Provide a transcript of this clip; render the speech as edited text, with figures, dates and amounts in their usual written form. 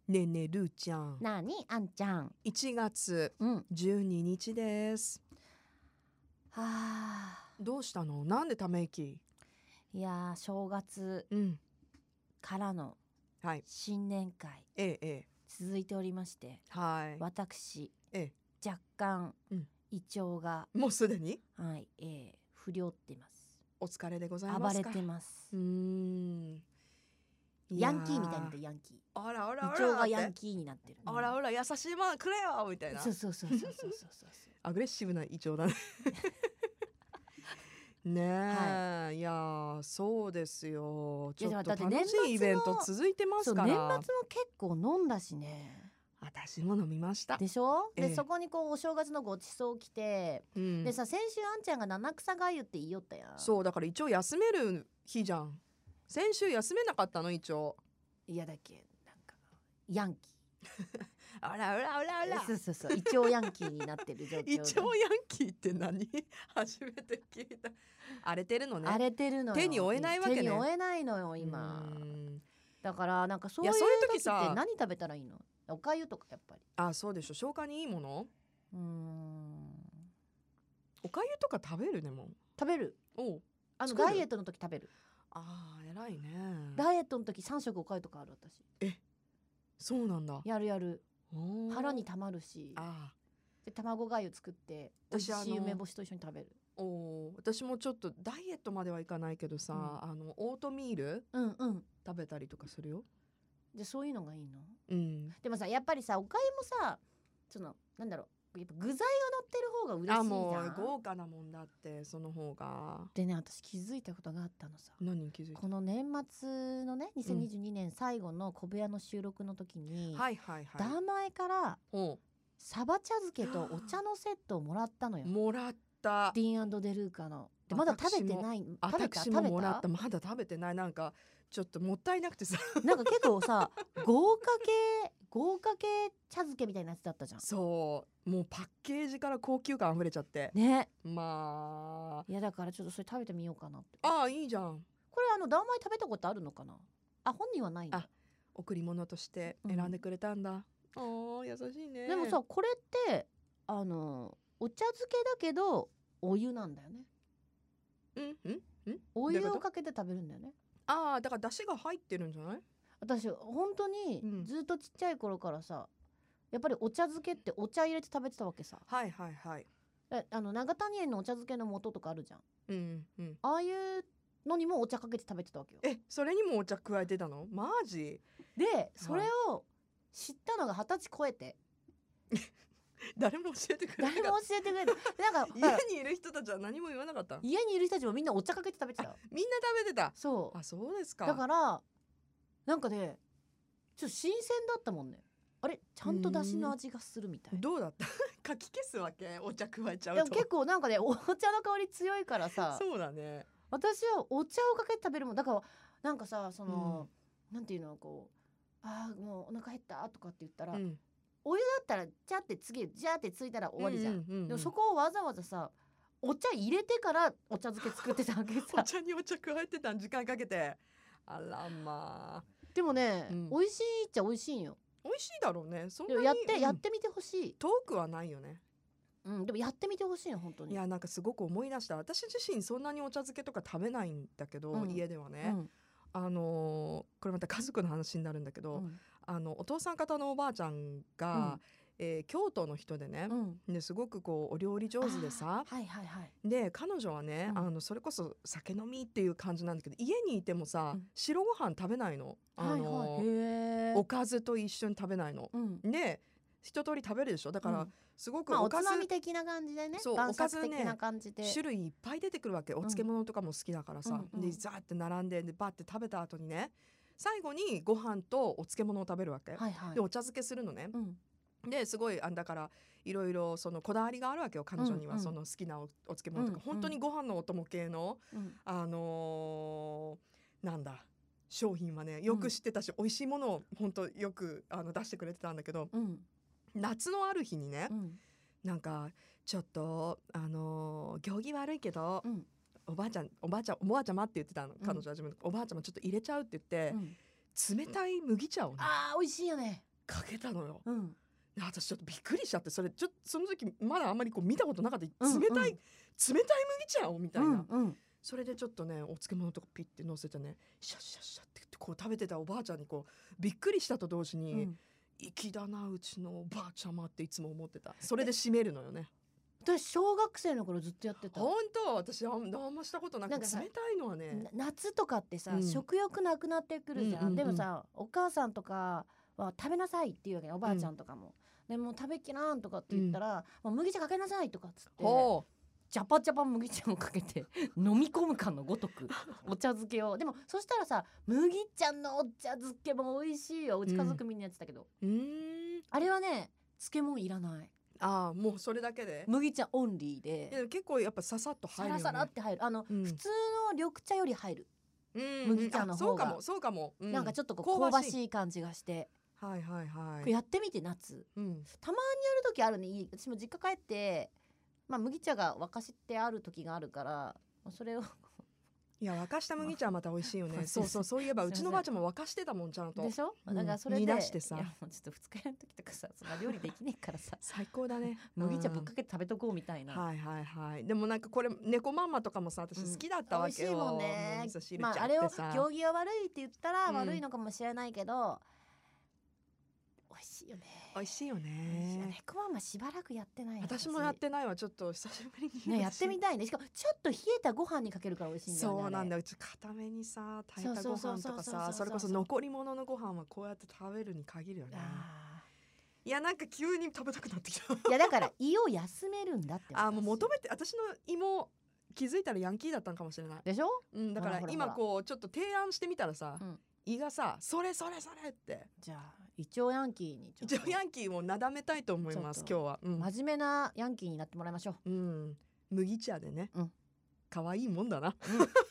ねえねえるーちゃん、 なにあんちゃん。 1月うん 12日です。 はあ、 どうしたの？なんでため息？ いやー正月うんからのはい、 新年会ええ続いておりまして、 はい私え若干、 うん胃腸が、 もうすでにはい不良ってます。 お疲れでござい暴れますか？ てます。 ヤヤンキーみたいになってヤンキー。 あらあ胃らあら腸がヤンキーになってる。 あらあら優しいものくれよみたいな。 そうそうそうそうそうそうアグレッシブな胃腸だねねえ、いやーそうですよ。ちょっと楽しいイベント続いてますから。 年末も結構飲んだしね。 私も飲みましたでしょ。で、 ええそこにこうお正月のごちそう来て、でさ、先週あんちゃんが七草がゆって言いよったやん。 そうだから一応休める日じゃん。先週休めなかったの一応。 いやだっけ、なんかヤンキーあらあらあらあら。 そうそうそう、胃腸ヤンキーになってる状況で。 一応ヤンキーって何初めて聞いた。荒れてるのね。 荒れてるのよ。 手に負えないわけね。 手に負えないのよ今。だからなんかそういう時って何食べたらいいの？おかゆとかやっぱり。 あ、そうでしょ。消化にいいもの。おかゆとか食べるねもん。 食べる。ダイエットの時食べる。 ああ偉いね。 ダイエットの時3食おかゆとかある私。 そうなんだ。 やる。腹にたまるし。で卵がゆ作って美味しい梅干しと一緒に食べる。 私もちょっとダイエットまではいかないけどさ、オートミール、食べたりとかするよ。 でそういうのがいいの？ でもさやっぱりさおかゆもさそのなんだろう、やっぱ具材が乗ってる方が嬉しいじゃん。 もう豪華なもんだってその方が。 でね、私気づいたことがあったのさ。 何気づいた？ この年末のね2022年最後の小部屋の収録の時に、ダマエからサバ茶漬けとお茶のセットをもらったのよ。 もらった。 ディーン&デルーカの。でまだ食べてない。 私ももらった。まだ食べてない。なんかちょっともったいなくてさなんか結構さ豪華系茶漬けみたいなやつだったじゃん。 そうもうパッケージから高級感あふれちゃってね。 まあいやだからちょっとそれ食べてみようかなって。 いいじゃん。 これダーマイ食べたことあるのかな。本人はないんだ。 贈り物として選んでくれたんだ。優しいね。 でもさこれってお茶漬けだけどお湯なんだよね。お湯をかけて食べるんだよね。 だから出汁が入ってるんじゃない？ 私本当にずっとちっちゃい頃からさ、やっぱりお茶漬けってお茶入れて食べてたわけさ。長谷園のお茶漬けの素とかあるじゃん。ああいうのにもお茶かけて食べてたわけよ。 それにもお茶加えてたの？マジでそれを知ったのが20歳超えて誰も教えてくれない。 誰も教えてくれない。なんか家にいる人たちは何も言わなかった？ 家にいる人たちもみんなお茶かけて食べてた。 みんな食べてた。 そうそうですか。 だからなんかねちょっと新鮮だったもんね。あれちゃんと出汁の味がするみたいな。 どうだった？かき消すわけ？お茶加えちゃうと。 でも結構なんかねお茶の香り強いからさそうだね。 私はお茶をかけて食べるもんだから。なんかさなんていうのこうもうお腹減ったとかって言ったら、お湯だったらジャって次ジャってついたら終わりじゃん。でもそこをわざわざさお茶入れてからお茶漬け作ってたわけさお茶にお茶加えてたん時間かけて。あらまあ。 でもね、美味しいっちゃ美味しいんよ。 美味しいだろうね。そんなにやってみてほしい。 遠くはないよね。 でもやってみてほしいの本当に。 いやなんかすごく思い出した。私自身そんなにお茶漬けとか食べないんだけど、家ではね、これまた家族の話になるんだけど、お父さん方のおばあちゃんが、京都の人でね、ですごくこうお料理上手でさ、で彼女はね、それこそ酒飲みっていう感じなんだけど、家にいてもさ、白ご飯食べないの。おかずと一緒に食べないの。で一通り食べるでしょ。だからすごくおつまみ的な感じでね、晩酌的な感じで種類いっぱい出てくるわけ。お漬物とかも好きだからさ、でザーって並んでバーって食べた後にね、最後にご飯とお漬物を食べるわけ、でお茶漬けするのね、ですごいだからいろいろそのこだわりがあるわけよ彼女には。その好きなお漬物とか、本当にご飯のお供系の、なんだ商品はねよく知ってたし、美味しいものを本当よく出してくれてたんだけど、夏のある日にね、なんかちょっと行儀悪いけど、おばあちゃまって言ってたの、彼女は自分のおばあちゃまちょっと入れちゃうって言って、冷たい麦茶をね、 美味しいよね。 かけたのよ。 うん私ちょっとびっくりしちゃって、それちょっとその時まだあんまりこう見たことなかった、冷たい麦茶をみたいな、それでちょっとねお漬物とかピッて乗せてねシャッシャッシャッってこう食べてたおばあちゃんにこうびっくりしたと同時に、粋だなうちのおばあちゃまっていつも思ってた。それで締めるのよね。 私小学生の頃ずっとやってた。 本当？私あんましたことなくて、冷たいのはね、 夏とかってさ、食欲なくなってくるじゃん、でもさお母さんとかは食べなさいっていうわけね、おばあちゃんとかも、でも食べきらんとかって言ったら、もう麦茶かけなさいとかっつってジャパジャパ麦茶をかけて飲み込むかのごとくお茶漬けを。でもそしたらさ麦茶のお茶漬けも美味しいよ。うち家族みんなやってたけど、あれはね漬物いらない。 もうそれだけで麦茶オンリーで。 いや結構やっぱささっと入るよね。 サラサラって入る。普通の緑茶より入る、麦茶の方がそうかも、 なんかちょっとこう香ばしい感じがして、 はいはいはい、 これやってみて夏、たまにやる時あるね。私も実家帰って、麦茶が沸かしてある時があるからそれをいや沸かした麦茶はまた美味しいよね。そういえばうちのばあちゃんも沸かしてたもんちゃんと。でしょ。だからそれで、 煮出してさ、 いやもうちょっと二日酔いの時とかさ、そんな料理できねえからさ最高だね。 麦茶ぶっかけて食べとこうみたいな。 はいはいはい。でもなんかこれ猫まんまとかもさ私好きだったわけよ。 美味しいもんね。 味噌汁ちゃってさ、 あれを行儀が悪いって言ったら悪いのかもしれないけど、美味しいよね。 美味しいよね。 猫まんましばらくやってない。 私もやってないわ。ちょっと久しぶりに、 ね、やってみたいね。しかもちょっと冷えたご飯にかけるから美味しいんだよね。 そうなんだよ。固めにさ炊いたご飯とかさ、それこそ残り物のご飯はこうやって食べるに限るよね。いやなんか急に食べたくなってきた。 いやだから胃を休めるんだって。 もう求めて、私の胃も気づいたらヤンキーだったのかもしれないでしょ。 だから今こうちょっと提案してみたらさ、胃がさそれって。 じゃあ胃腸ヤンキーに胃腸ヤンキーをなだめたいと思います今日は。 真面目なヤンキーになってもらいましょう。 麦茶でね。可愛いもんだな。